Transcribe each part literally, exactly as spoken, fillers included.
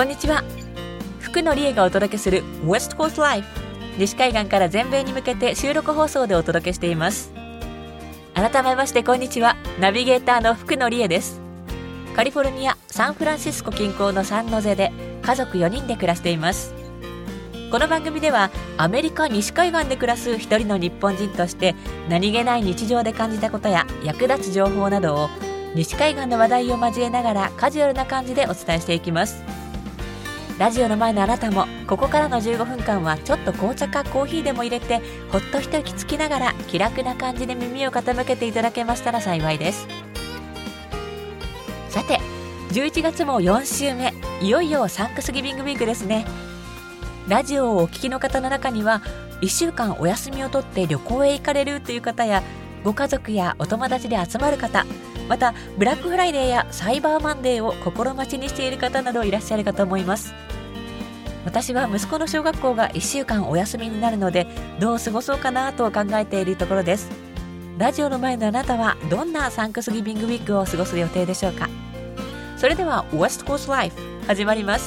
こんにちは。福野理恵がお届けする West Coast Life、 西海岸から全米に向けて収録放送でお届けしています。改めましてこんにちは。ナビゲーターの福野理恵です。カリフォルニアサンフランシスコ近郊のサンノゼで家族よにんで暮らしています。この番組ではアメリカ西海岸で暮らす一人の日本人として何気ない日常で感じたことや役立つ情報などを西海岸の話題を交えながらカジュアルな感じでお伝えしていきます。ラジオの前のあなたもここからのじゅうごふんかんはちょっと紅茶かコーヒーでも入れてほっと一息つきながら気楽な感じで耳を傾けていただけましたら幸いです。さてじゅういちがつもよんしゅうめ、いよいよサンクスギビングウィークですね。ラジオをお聞きの方の中にはいっしゅうかんお休みを取って旅行へ行かれるという方や、ご家族やお友達で集まる方、またブラックフライデーやサイバーマンデーを心待ちにしている方などいらっしゃるかと思います。私は息子の小学校がいっしゅうかんお休みになるのでどう過ごそうかなと考えているところです。ラジオの前のあなたはどんなサンクスギビングウィークを過ごす予定でしょうか。それでは West Coast Life 始まります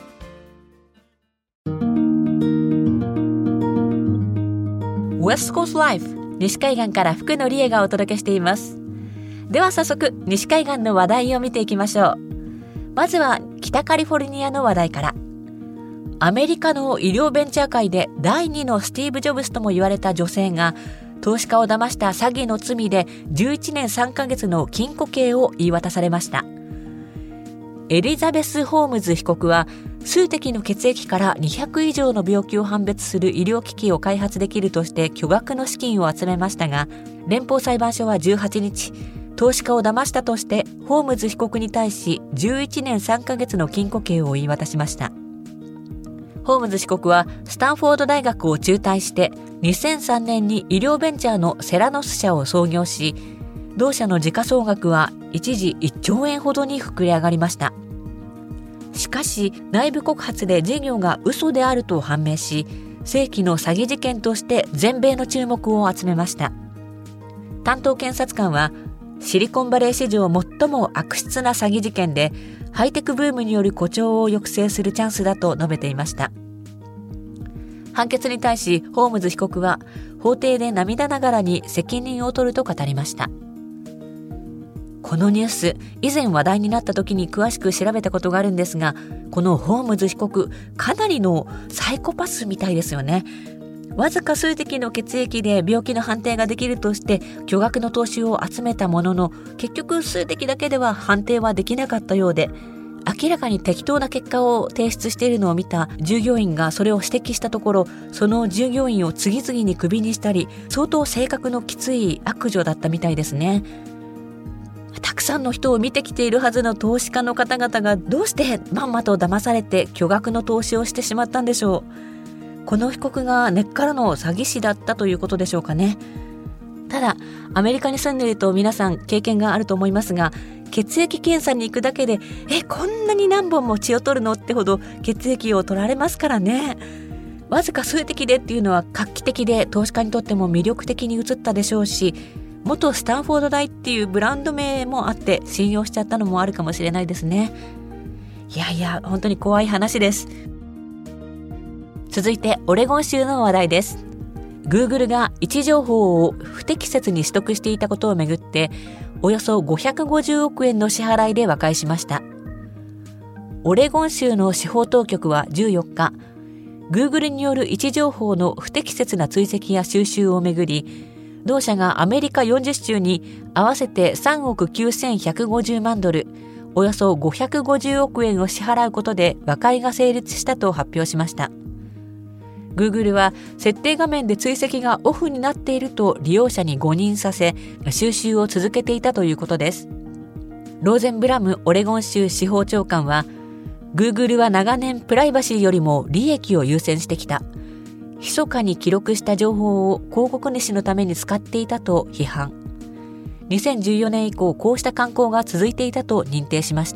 。West Coast Life、 西海岸から福野理恵がお届けしています。では早速西海岸の話題を見ていきましょう。まずは北カリフォルニアの話題から。アメリカの医療ベンチャー界でだいにのスティーブ・ジョブズとも言われた女性が投資家を騙した詐欺の罪でじゅういちねんさんかげつの禁錮刑を言い渡されました。エリザベス・ホームズ被告は数滴の血液からにひゃくいじょうの病気を判別する医療機器を開発できるとして巨額の資金を集めましたが、連邦裁判所はじゅうはちにち、投資家を騙したとしてホームズ被告に対しじゅういちねんさんかげつの禁錮刑を言い渡しました。ホームズ被告はスタンフォード大学を中退してにせんさんねんに医療ベンチャーのセラノス社を創業し、同社の時価総額は一時いっちょうえんほどに膨れ上がりました。しかし内部告発で事業が嘘であると判明し、世紀の詐欺事件として全米の注目を集めました。担当検察官はシリコンバレー史上最も悪質な詐欺事件でハイテクブームによる誇張を抑制するチャンスだと述べていました。判決に対しホームズ被告は法廷で涙ながらに責任を取ると語りました。このニュース、以前話題になった時に詳しく調べたことがあるんですが、このホームズ被告かなりのサイコパスみたいですよね。わずか数滴の血液で病気の判定ができるとして巨額の投資を集めたものの、結局数滴だけでは判定はできなかったようで、明らかに適当な結果を提出しているのを見た従業員がそれを指摘したところ、その従業員を次々にクビにしたり、相当性格のきつい悪女だったみたいですね。たくさんの人を見てきているはずの投資家の方々がどうしてまんまと騙されて巨額の投資をしてしまったんでしょう。この被告が根っからの詐欺師だったということでしょうかね。ただアメリカに住んでいると皆さん経験があると思いますが、血液検査に行くだけでえこんなに何本も血を取るのってほど血液を取られますからね。わずか数滴でっていうのは画期的で投資家にとっても魅力的に映ったでしょうし、元スタンフォード大っていうブランド名もあって信用しちゃったのもあるかもしれないですね。いやいや本当に怖い話です。続いてオレゴン州の話題です。 Google が位置情報を不適切に取得していたことをめぐっておよそごひゃくごじゅうおくえんの支払いで和解しました。オレゴン州の司法当局はじゅうよっか、 Google による位置情報の不適切な追跡や収集をめぐり、同社がアメリカよんじゅっしゅうに合わせてさんおくきゅうせんひゃくごじゅうまんドル、およそごひゃくごじゅうおくえんを支払うことで和解が成立したと発表しました。Google は設定画面で追跡がオフになっていると利用者に誤認させ、収集を続けていたということです。ローゼンブラムオレゴン州司法長官は、Google は長年プライバシーよりも利益を優先してきた。密かに記録した情報を広告主のために使っていたと批判。にせんじゅうよねん以降こうした慣行が続いていたと認定しました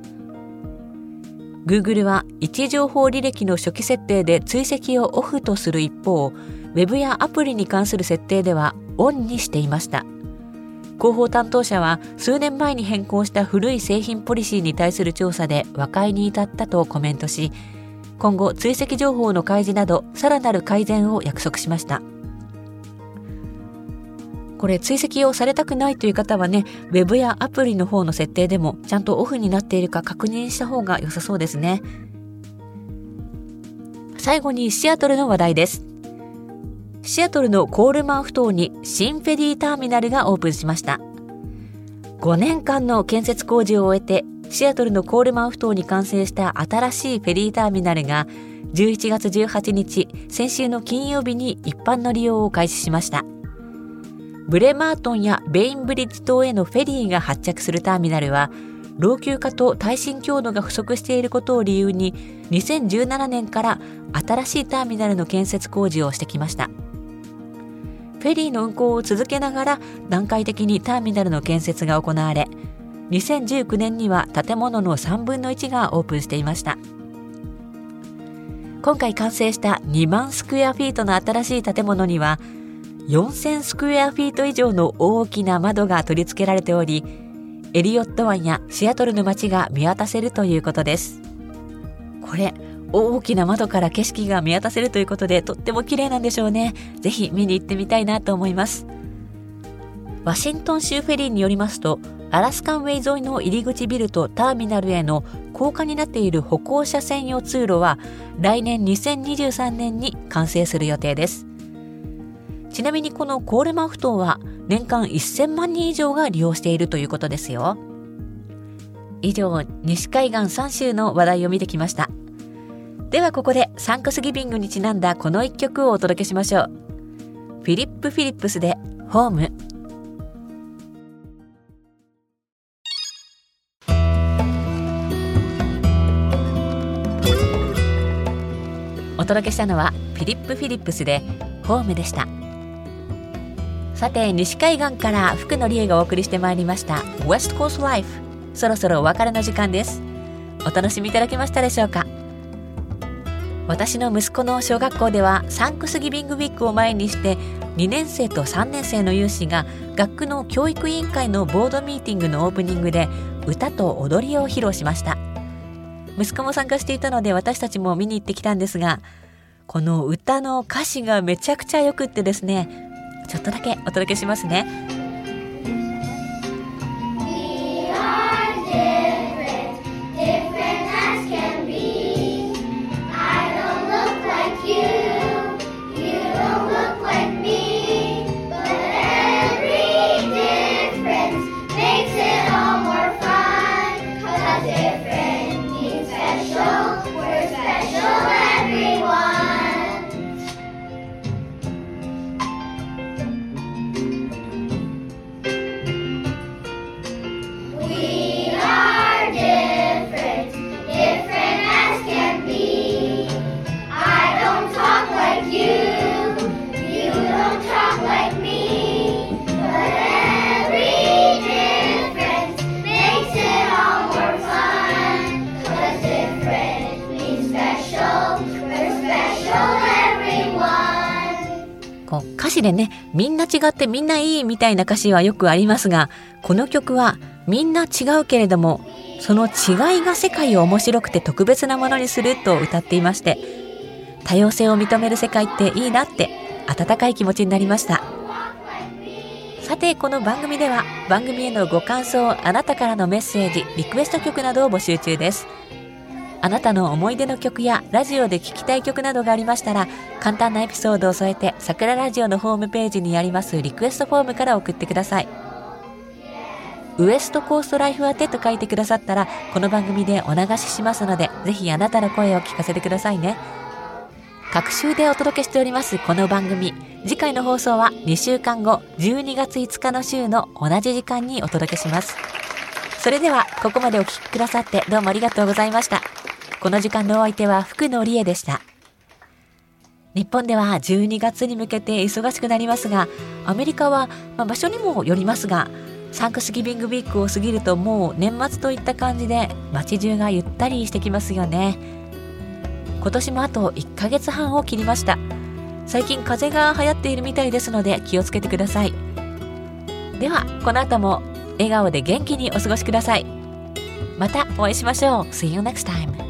。Google は位置情報履歴の初期設定で追跡をオフとする一方、ウェブやアプリに関する設定ではオンにしていました。 広報担当者は数年前に変更した古い製品ポリシーに対する調査で和解に至ったとコメントし、今後追跡情報の開示などさらなる改善を約束しました。これ追跡をされたくないという方はね、ウェブやアプリの方の設定でもちゃんとオフになっているか確認した方が良さそうですね。最後にシアトルの話題です。シアトルのコールマン埠頭に新フェリーターミナルがオープンしました。ごねんかんの建設工事を終えて、シアトルのコールマン埠頭に完成した新しいフェリーターミナルがじゅういちがつじゅうはちにち、先週の金曜日に一般の利用を開始しました。ブレマートンやベインブリッジ島へのフェリーが発着するターミナルは、老朽化と耐震強度が不足していることを理由ににせんじゅうななねんから新しいターミナルの建設工事をしてきました。フェリーの運航を続けながら段階的にターミナルの建設が行われ、にせんじゅうきゅうねんには建物のさんぶんのいちがオープンしていました。今回完成したにまんスクエアフィートの新しい建物にはよんせんスクエアフィート以上の大きな窓が取り付けられており、エリオット湾やシアトルの街が見渡せるということです。これ大きな窓から景色が見渡せるということで、とっても綺麗なんでしょうね。ぜひ見に行ってみたいなと思います。ワシントン州フェリーによりますと、アラスカンウェイ沿いの入り口ビルとターミナルへの高架になっている歩行者専用通路は来年にせんにじゅうさんねんに完成する予定です。ちなみにこのコールマン埠頭は年間せんまんにん以上が利用しているということですよ。以上、西海岸さん州の話題を見てきました。ではここでサンクスギビングにちなんだこの一曲をお届けしましょう。フィリップ・フィリップスでホーム。お届けしたのはフィリップ・フィリップスでホームでした。さて、西海岸から福野理恵がお送りしてまいりました West Coast Life、 そろそろお別れの時間です。お楽しみいただけましたでしょうか。私の息子の小学校ではサンクスギビングウィークを前にしてにねんせいとさんねんせいの有志が学区の教育委員会のボードミーティングのオープニングで歌と踊りを披露しました。息子も参加していたので私たちも見に行ってきたんですが、この歌の歌詞がめちゃくちゃよくってですね、ちょっとだけお届けしますね。歌詞でね、みんな違ってみんないいみたいな歌詞はよくありますが、この曲はみんな違うけれどもその違いが世界を面白くて特別なものにすると歌っていまして、多様性を認める世界っていいなって温かい気持ちになりました。さて、この番組では番組へのご感想、あなたからのメッセージ、リクエスト曲などを募集中です。あなたの思い出の曲やラジオで聴きたい曲などがありましたら、簡単なエピソードを添えて桜ラジオのホームページにありますリクエストフォームから送ってください。ウエストコーストライフ宛てと書いてくださったらこの番組でお流ししますので、ぜひあなたの声を聞かせてくださいね。各週でお届けしておりますこの番組、次回の放送はにしゅうかんごじゅうにがついつかの週の同じ時間にお届けします。それではここまでお聞きくださってどうもありがとうございました。この時間のお相手は福野理恵でした。日本ではじゅうにがつに向けて忙しくなりますが、アメリカは、まあ、場所にもよりますが、サンクスギビングウィークを過ぎるともう年末といった感じで街中がゆったりしてきますよね。今年もあといっかげつはんを切りました。最近風邪が流行っているみたいですので気をつけてください。 ではこの後も笑顔で元気にお過ごしください。またお会いしましょう。 See you next time.